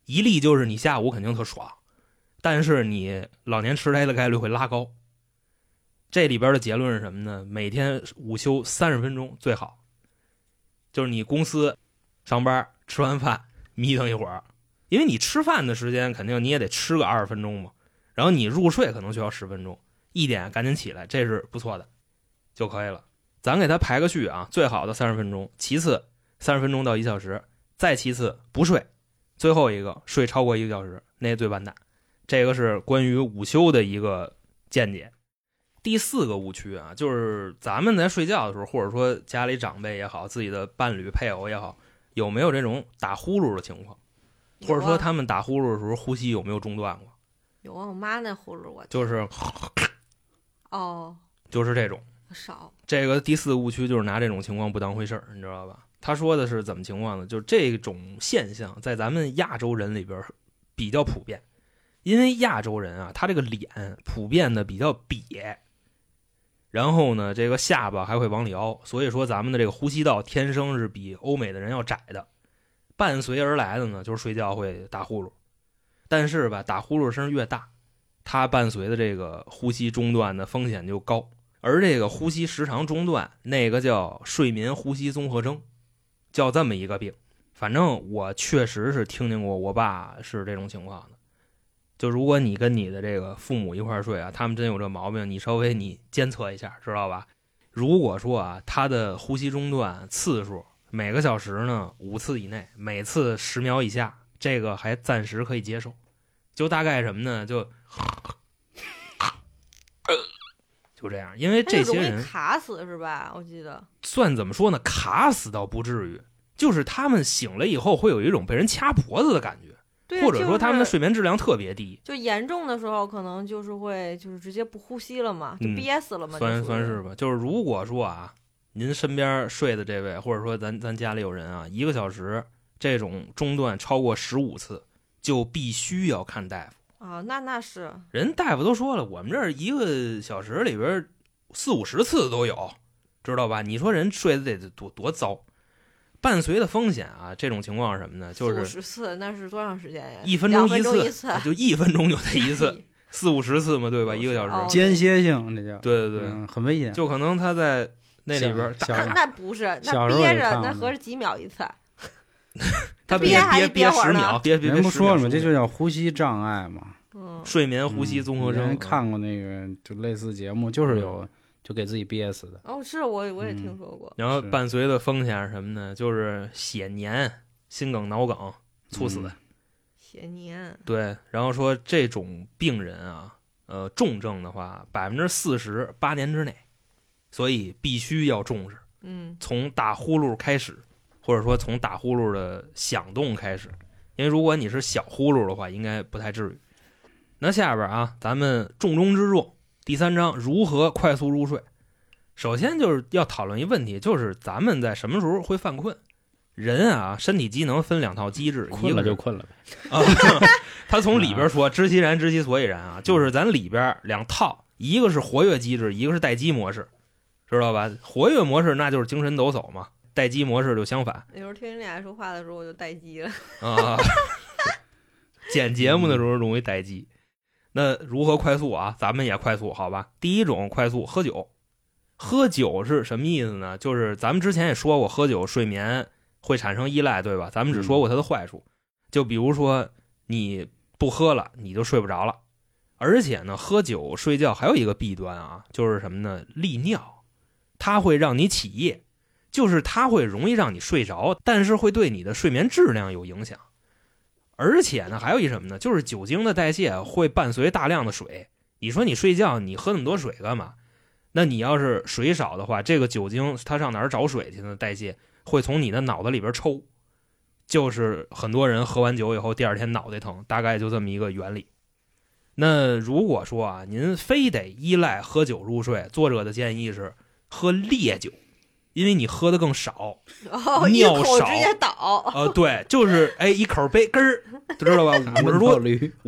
一例就是你下午肯定特爽，但是你老年痴呆的概率会拉高。这里边的结论是什么呢？每天午休30分钟最好，就是你公司上班吃完饭眯瞪一会儿，因为你吃饭的时间肯定你也得吃个20分钟嘛，然后你入睡可能需要10分钟，1点赶紧起来，这是不错的就可以了。咱给它排个序啊，最好的30分钟，其次30分钟到1小时，再其次不睡，最后一个睡超过1个小时，那最完蛋。这个是关于午休的一个见解。第4个误区啊，就是咱们在睡觉的时候，或者说家里长辈也好，自己的伴侣配偶也好，有没有这种打呼噜的情况？或者说他们打呼噜的时候呼吸有没有中断过？ 有啊，我妈那呼噜我就是就是这种少。 这个第4个误区就是拿这种情况不当回事儿，你知道吧？他说的是怎么情况呢？就是这种现象在咱们亚洲人里边比较普遍，因为亚洲人啊，他这个脸普遍的比较瘪，然后呢，这个下巴还会往里凹，所以说咱们的这个呼吸道天生是比欧美的人要窄的。伴随而来的呢，就是睡觉会打呼噜，但是吧，打呼噜声越大，它伴随的这个呼吸中断的风险就高。而这个呼吸时长中断，那个叫睡眠呼吸综合征，叫这么一个病。反正我确实是听见过我爸是这种情况的。就如果你跟你的这个父母一块睡啊，他们真有这毛病，你稍微你监测一下，知道吧？如果说啊，他的呼吸中断次数每个小时呢5次以内，每次10秒以下，这个还暂时可以接受。就大概什么呢？就这样，因为这些人卡死是吧？我记得算怎么说呢？卡死倒不至于，就是他们醒了以后会有一种被人掐脖子的感觉。 对， 或者说他们的睡眠质量特别低， 就严重的时候可能就是会就是直接不呼吸了嘛，就憋死了嘛。 算是吧。就是如果说啊，您身边睡的这位，或者说咱家里有人啊，1个小时这种中断超过15次，就必须要看大夫啊。那是人大夫都说了，我们这儿1个小时里边40-50次都有，知道吧？你说人睡的得多糟。伴随的风险啊，这种情况是什么呢？就是 40次，那是多长时间呀？ 1分钟一次， 就1分钟就得一次，40-50次嘛，对吧？1个小时， 间歇性，这叫对， 很危险。 就可能他在那里边， 那不是，那憋着，那合着几秒一次？ 他憋10秒，憋人不说了吗？这就叫呼吸障碍嘛。 睡眠呼吸综合征。 看过那个就类似节目，就是有。就给自己憋死的是我也听说过。 然后伴随的风险是什么呢？就是血粘、心梗、脑梗、猝死。 血粘。对， 然后说这种病人啊，重症的话40%，8年之内，所以必须要重视。从打呼噜开始，或者说从打呼噜的响动开始，因为如果你是小呼噜的话，应该不太至于。那下边啊，咱们重中之重。第3章如何快速入睡。首先就是要讨论一问题，就是咱们在什么时候会犯困？人啊，身体机能分2套机制， 困了就困了呗。 他从里边说，知其然，知其所以然啊，就是咱里边2套，一个是活跃机制，一个是待机模式，知道吧？活跃模式那就是精神抖擞嘛，待机模式就相反。 有时候听你俩说话的时候，我就待机了啊。剪节目的时候容易待机。那如何快速啊？咱们也快速，好吧？第一种快速，喝酒。喝酒是什么意思呢？就是咱们之前也说过，喝酒睡眠会产生依赖，对吧？咱们只说过它的坏处。就比如说你不喝了，你就睡不着了。而且呢，喝酒睡觉还有一个弊端啊，就是什么呢？利尿，它会让你起夜，就是它会容易让你睡着，但是会对你的睡眠质量有影响。而且呢，还有一什么呢？就是酒精的代谢会伴随大量的水。你说你睡觉你喝那么多水干嘛？那你要是水少的话，这个酒精它上哪儿找水去呢？代谢会从你的脑子里边抽，就是很多人喝完酒以后第2天脑袋疼，大概就这么一个原理。那如果说啊，您非得依赖喝酒入睡，作者的建议是喝烈酒。因为你喝的更少，尿少， 直接倒。 对，就是一口杯根儿，知道吧？50多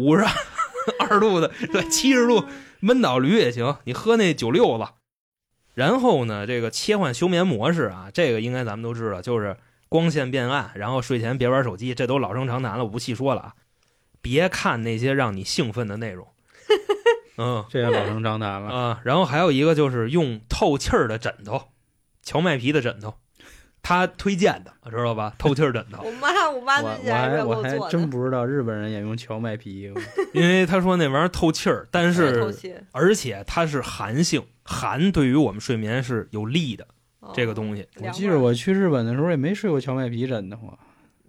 ，52度的，对，70度闷倒驴也行。你喝那96子，然后呢，这个切换休眠模式啊，这个应该咱们都知道，就是光线变暗，然后睡前别玩手机，这都老生常谈了，我不细说了啊。 别看那些让你兴奋的内容。 这也老生常谈了啊。然后还有一个就是用透气儿的枕头，荞麦皮的枕头，他推荐的，知道吧？透气儿枕头。 我妈最近还我还真不知道日本人也用荞麦皮， 因为他说那玩意儿透气儿，但是而且它是寒性，寒对于我们睡眠是有利的。这个东西， 我记得我去日本的时候也没睡过荞麦皮枕头啊。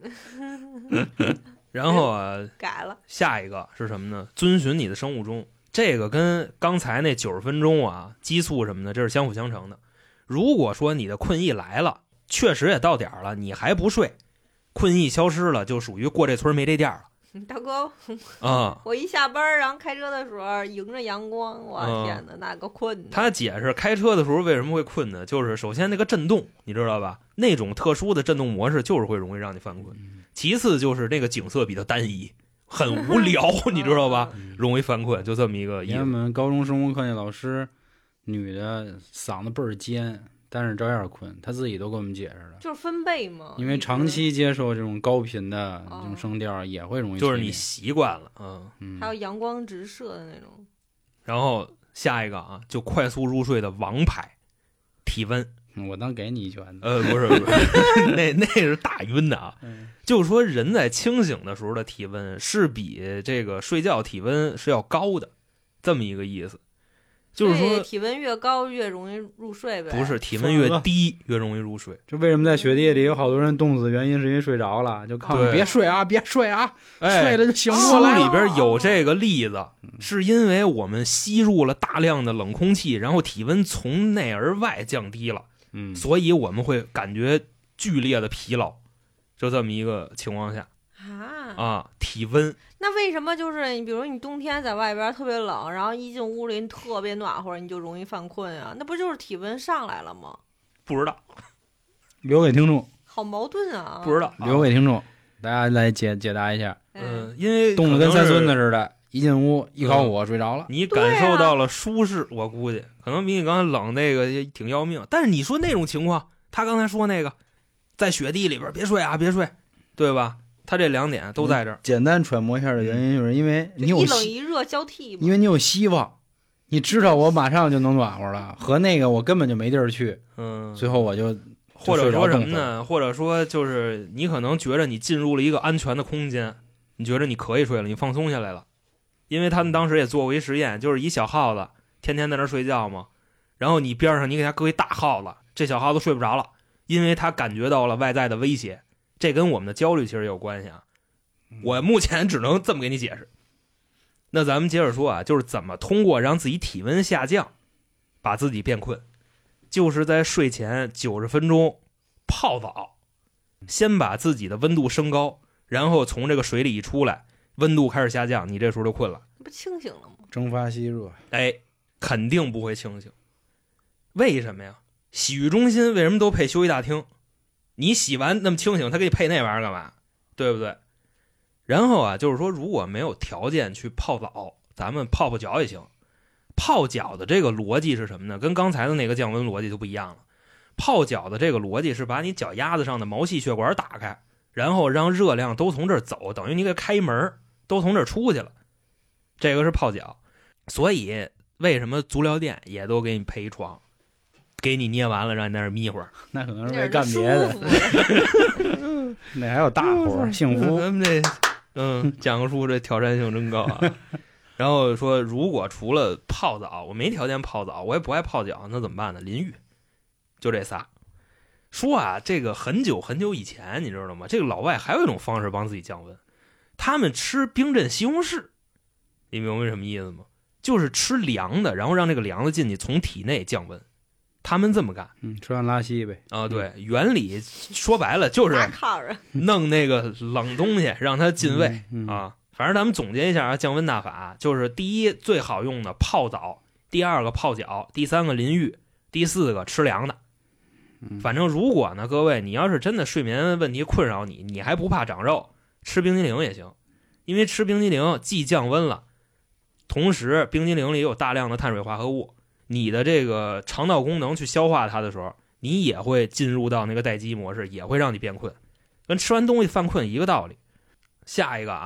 然后啊， 改了。 下一个是什么呢？遵循你的生物钟，这个跟刚才那90分钟啊，激素什么的，这是相辅相成的。如果说你的困意来了，确实也到点了，你还不睡，困意消失了，就属于过这村没这店了。 大哥啊， 我一下班然后开车的时候迎着阳光，我天哪，那个困。 他解释开车的时候为什么会困呢？就是首先那个震动，你知道吧？那种特殊的震动模式就是会容易让你犯困。其次就是那个景色比较单一，很无聊，你知道吧？容易犯困，就这么一个意思。 我们高中生物课那老师，女的嗓子倍儿尖，但是照样困，她自己都给我们解释了， 就是分贝嘛。 因为长期接受这种高频的这种声调，也会容易就是你习惯了， 还有阳光直射的那种。 然后下一个啊，就快速入睡的王牌，体温。 我当给你一拳不是那是大晕的啊。就是说人在清醒的时候的体温是比这个睡觉体温是要高的，这么一个意思。就是说体温越高越容易入睡呗？ 不是，体温越低越容易入睡。 这为什么在雪地里有好多人冻死？原因是因为睡着了，就告诉你别睡啊，别睡啊，睡了就醒过来。 书里边有这个例子，是因为我们吸入了大量的冷空气，然后体温从内而外降低了，所以我们会感觉剧烈的疲劳，就这么一个情况下体温。 那为什么就是你比如你冬天在外边特别冷，然后一进屋里特别暖和，你就容易犯困啊？那不就是体温上来了吗？ 不知道， 留给听众。 好矛盾啊！ 不知道， 留给听众，大家来解答一下。 因为冻得跟三孙子似的，一进屋一烤火睡着了， 你感受到了舒适，我估计可能比你刚才冷那个也挺要命。但是你说那种情况，他刚才说那个在雪地里边别睡啊，别睡，对吧？他这两点都在这儿。 简单揣摩一下的原因，就是因为你有一冷一热交替， 因为你有希望，你知道我马上就能暖和了，和那个我根本就没地儿去，最后我就或者说什么呢？或者说就是你可能觉得你进入了一个安全的空间，你觉得你可以睡了，你放松下来了。因为他们当时也做过一实验，就是一小耗子天天在那睡觉嘛，然后你边上你给他搁一大耗子，这小耗子睡不着了，因为他感觉到了外在的威胁。这跟我们的焦虑其实有关系啊，我目前只能这么给你解释。那咱们接着说啊，就是怎么通过让自己体温下降，把自己变困，就是在睡前90分钟泡澡，先把自己的温度升高，然后从这个水里一出来，温度开始下降，你这时候就困了， 不清醒了吗？ 蒸发吸热， 肯定不会清醒。为什么呀？洗浴中心为什么都配休息大厅？你洗完那么清醒，他给你配那玩意儿干嘛？对不对？然后啊，就是说如果没有条件去泡澡，咱们泡脚也行。泡脚的这个逻辑是什么呢？跟刚才的那个降温逻辑就不一样了。泡脚的这个逻辑是把你脚丫子上的毛细血管打开，然后让热量都从这儿走，等于你给开门，都从这儿出去了。这个是泡脚。所以为什么足疗店也都给你配一床，给你捏完了让你在那儿眯会儿？ 那可能是为干别的。那还有大活幸福。 咱们这讲个书这挑战性真高啊。然后说如果除了泡澡，我没条件泡澡，我也不爱泡脚，那怎么办呢？淋浴。就这仨。说啊，这个很久很久以前你知道吗？这个老外还有一种方式帮自己降温，他们吃冰镇西红柿。你明白什么意思吗？就是吃凉的，然后让这个凉的进去从体内降温。他们这么干， 吃完拉稀呗。 对，原理说白了就是弄那个冷东西让它进胃啊。反正咱们总结一下啊，降温大法就是第一最好用的泡澡，第二个泡脚，第三个淋浴，第四个吃凉的。反正如果呢，各位你要是真的睡眠问题困扰你，你还不怕长肉，吃冰激凌也行，因为吃冰激凌既降温了，同时冰激凌里有大量的碳水化合物，你的这个肠道功能去消化它的时候，你也会进入到那个待机模式，也会让你变困，跟吃完东西犯困一个道理。下一个啊，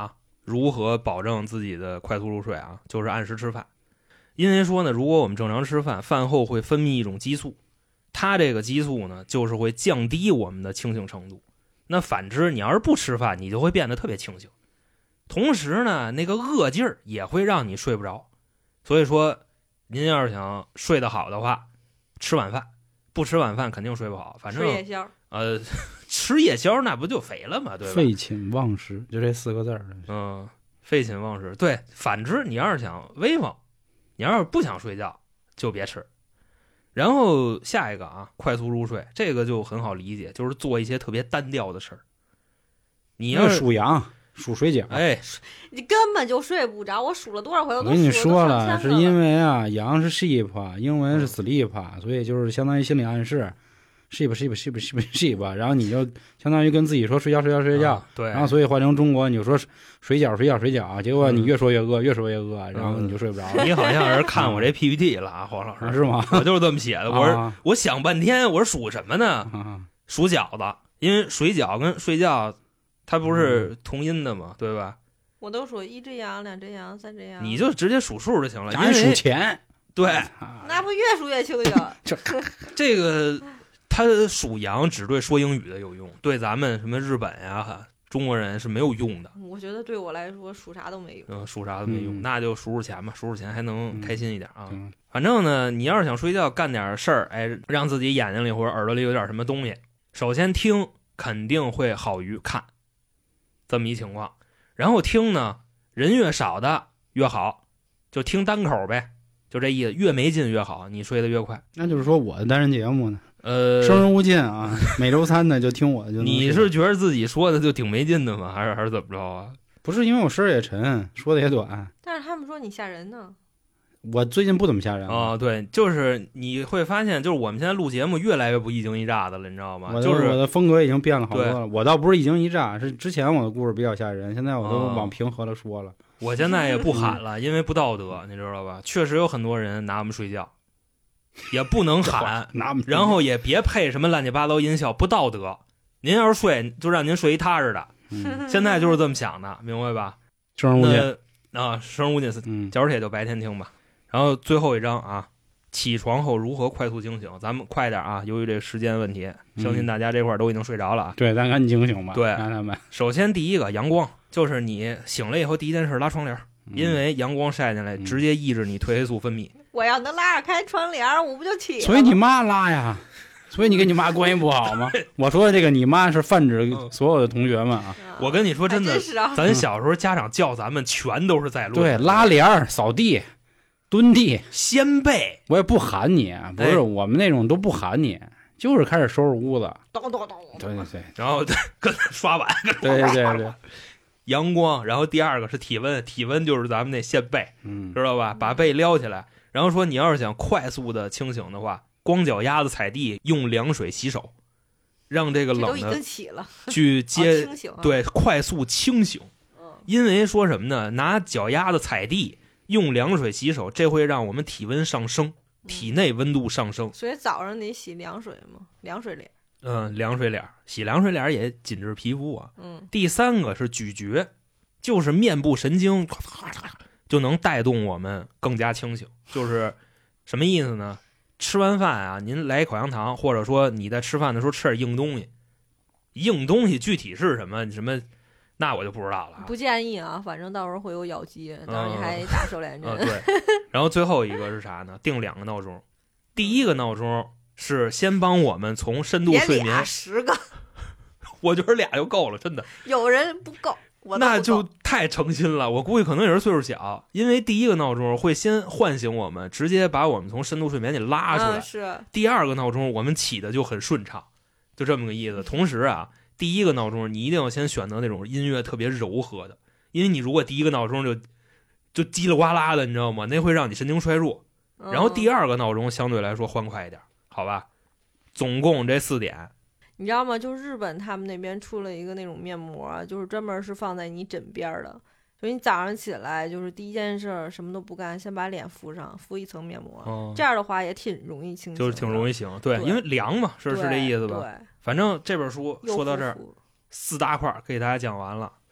如何保证自己的快速入睡啊？就是按时吃饭。因为说呢，如果我们正常吃饭，饭后会分泌一种激素，它这个激素呢，就是会降低我们的清醒程度。那反之，你要是不吃饭，你就会变得特别清醒。同时呢，那个饿劲儿也会让你睡不着。所以说，您要是想睡得好的话，吃晚饭，不吃晚饭肯定睡不好。反正吃夜宵， 吃夜宵那不就肥了吗？对吧？ 废寝忘食，就这4个字儿。 废寝忘食。对，反之，你要是想威风，你要是不想睡觉，就别吃。然后下一个啊，快速入睡，这个就很好理解，就是做一些特别单调的事儿。你要数羊、数水饺， 你根本就睡不着。我数了多少回，我跟你说了， 是因为啊，羊是 sheep， 英文是 sleep，所以就是相当于心理暗示。sheep， 然后你就相当于跟自己说睡觉。 对。 然后所以换成中国，你就说水饺，结果你越说越饿，然后你就睡不着了。 你好像是看我这 PPT 了啊，黄老师是吗？ 我就是这么写的。我想半天，我说数什么呢？数饺子，因为水饺跟睡觉，它不是同音的嘛，对吧？ 我都数1只羊、2只羊、3只羊， 你就直接数数就行了。 因为数钱， 对， 那不越数越清醒。 这个。他数羊只对说英语的有用，对咱们什么日本呀、中国人是没有用的。 我觉得对我来说数啥都没用。 数啥都没用，那就数钱吧，数钱还能开心一点啊。反正呢，你要是想睡觉，干点事儿，让自己眼睛里或者耳朵里有点什么东西。首先听肯定会好于看，这么一情况。然后听呢，人越少的越好，就听单口呗，就这意思，越没劲越好，你睡得越快。 那就是说我的单人节目呢？生人勿近啊！每周3呢就听我就。 你是觉得自己说的就挺没劲的吗？还是怎么着啊？ 不是，因为我声儿也沉，说的也短。 但是他们说你吓人呢。 我最近不怎么吓人啊。对，就是你会发现，就是我们现在录节目越来越不一惊一乍的了，你知道吗？就是我的风格已经变了好多了。我倒不是一惊一乍，是之前我的故事比较吓人，现在我都往平和了说了。 我现在也不喊了，因为不道德，你知道吧？确实有很多人拿我们睡觉。也不能喊，然后也别配什么乱七八糟音效，不道德。您要是睡，就让您睡一踏实的。现在就是这么想的，明白吧？ 生人勿近啊，生人勿近。脚铁就白天听吧。然后最后一章啊，起床后如何快速惊醒？咱们快点啊！由于这时间问题，相信大家这块都已经睡着了啊。 对，咱赶紧惊醒吧。 对， 让他们。 首先第一个阳光，就是你醒了以后第一件事拉窗帘。因为阳光晒进来，直接抑制你褪黑素分泌。 我要能拉着开窗帘，我不就起了？ 所以你妈拉呀，所以你跟你妈关系不好吗？我说的这个你妈是泛指所有的同学们啊。 我跟你说真的，咱小时候家长叫咱们全都是在录。 对，拉帘、扫地、蹲地、 掀被， 我也不喊你，不是我们那种都不喊你，就是开始收拾屋子。 咚咚咚。 对， 然后跟刷碗。 对。 阳光，然后第二个是体温，体温就是咱们那掀被，知道吧？把被撩起来，然后说你要是想快速的清醒的话，光脚丫子踩地，用凉水洗手，让这个冷的去接，对，快速清醒。因为说什么呢？拿脚丫子踩地，用凉水洗手，这会让我们体温上升，体内温度上升。 所以早上得洗凉水吗？凉水脸。 凉水脸，洗凉水脸也紧致皮肤啊。第三个是咀嚼，就是面部神经就能带动我们更加清醒。就是什么意思呢？吃完饭啊，您来一口香糖，或者说你在吃饭的时候吃点硬东西。硬东西具体是什么？那我就不知道了。 不建议啊，反正到时候会有咬肌，到时候你还打瘦脸针。 对。然后最后一个是啥呢？定2个闹钟。第一个闹钟是先帮我们从深度睡眠 ，10个， 我觉得俩就够了，真的。 有人不够， 那就太诚心了。我估计可能也是岁数小，因为第一个闹钟会先唤醒我们，直接把我们从深度睡眠里拉出来。 是。 第二个闹钟我们起的就很顺畅，就这么个意思。同时啊，第一个闹钟你一定要先选择那种音乐特别柔和的，因为你如果第一个闹钟就叽里呱啦的，你知道吗？那会让你神经衰弱。然后第二个闹钟相对来说欢快一点。好吧，总共这4点， 你知道吗？就日本他们那边出了一个那种面膜，就是专门是放在你枕边的。就你早上起来，就是第一件事什么都不干，先把脸敷上，敷一层面膜，这样的话也挺容易清醒， 就是挺容易醒。对，因为凉嘛，是这意思吧？ 对。 反正这本书说到这儿，4大块给大家讲完了。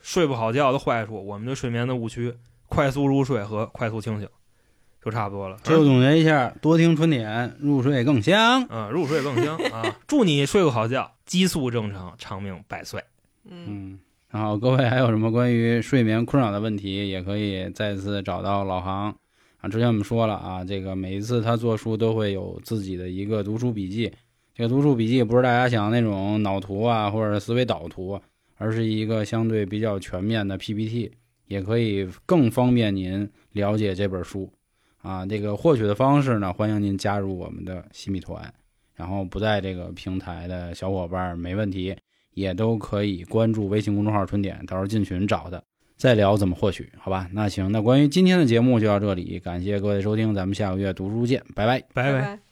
睡不好觉的坏处，我们对睡眠的误区，快速入睡和快速清醒，就差不多了。 最后总结一下，多听春点，入睡更香。 入睡更香啊！祝你睡个好觉，激素正常，长命百岁。 然后各位还有什么关于睡眠困扰的问题，也可以再次找到老航啊。之前我们说了啊，这个每一次他做书都会有自己的一个读书笔记，这个读书笔记不是大家想那种脑图啊或者思维导图，而是一个相对比较全面的 PPT， 也可以更方便您了解这本书啊。这个获取的方式呢，欢迎您加入我们的洗米团，然后不在这个平台的小伙伴没问题也都可以关注微信公众号春点，到时候进群找他再聊怎么获取，好吧？那行，那关于今天的节目就到这里，感谢各位收听，咱们下个月读书见，拜拜， 拜拜。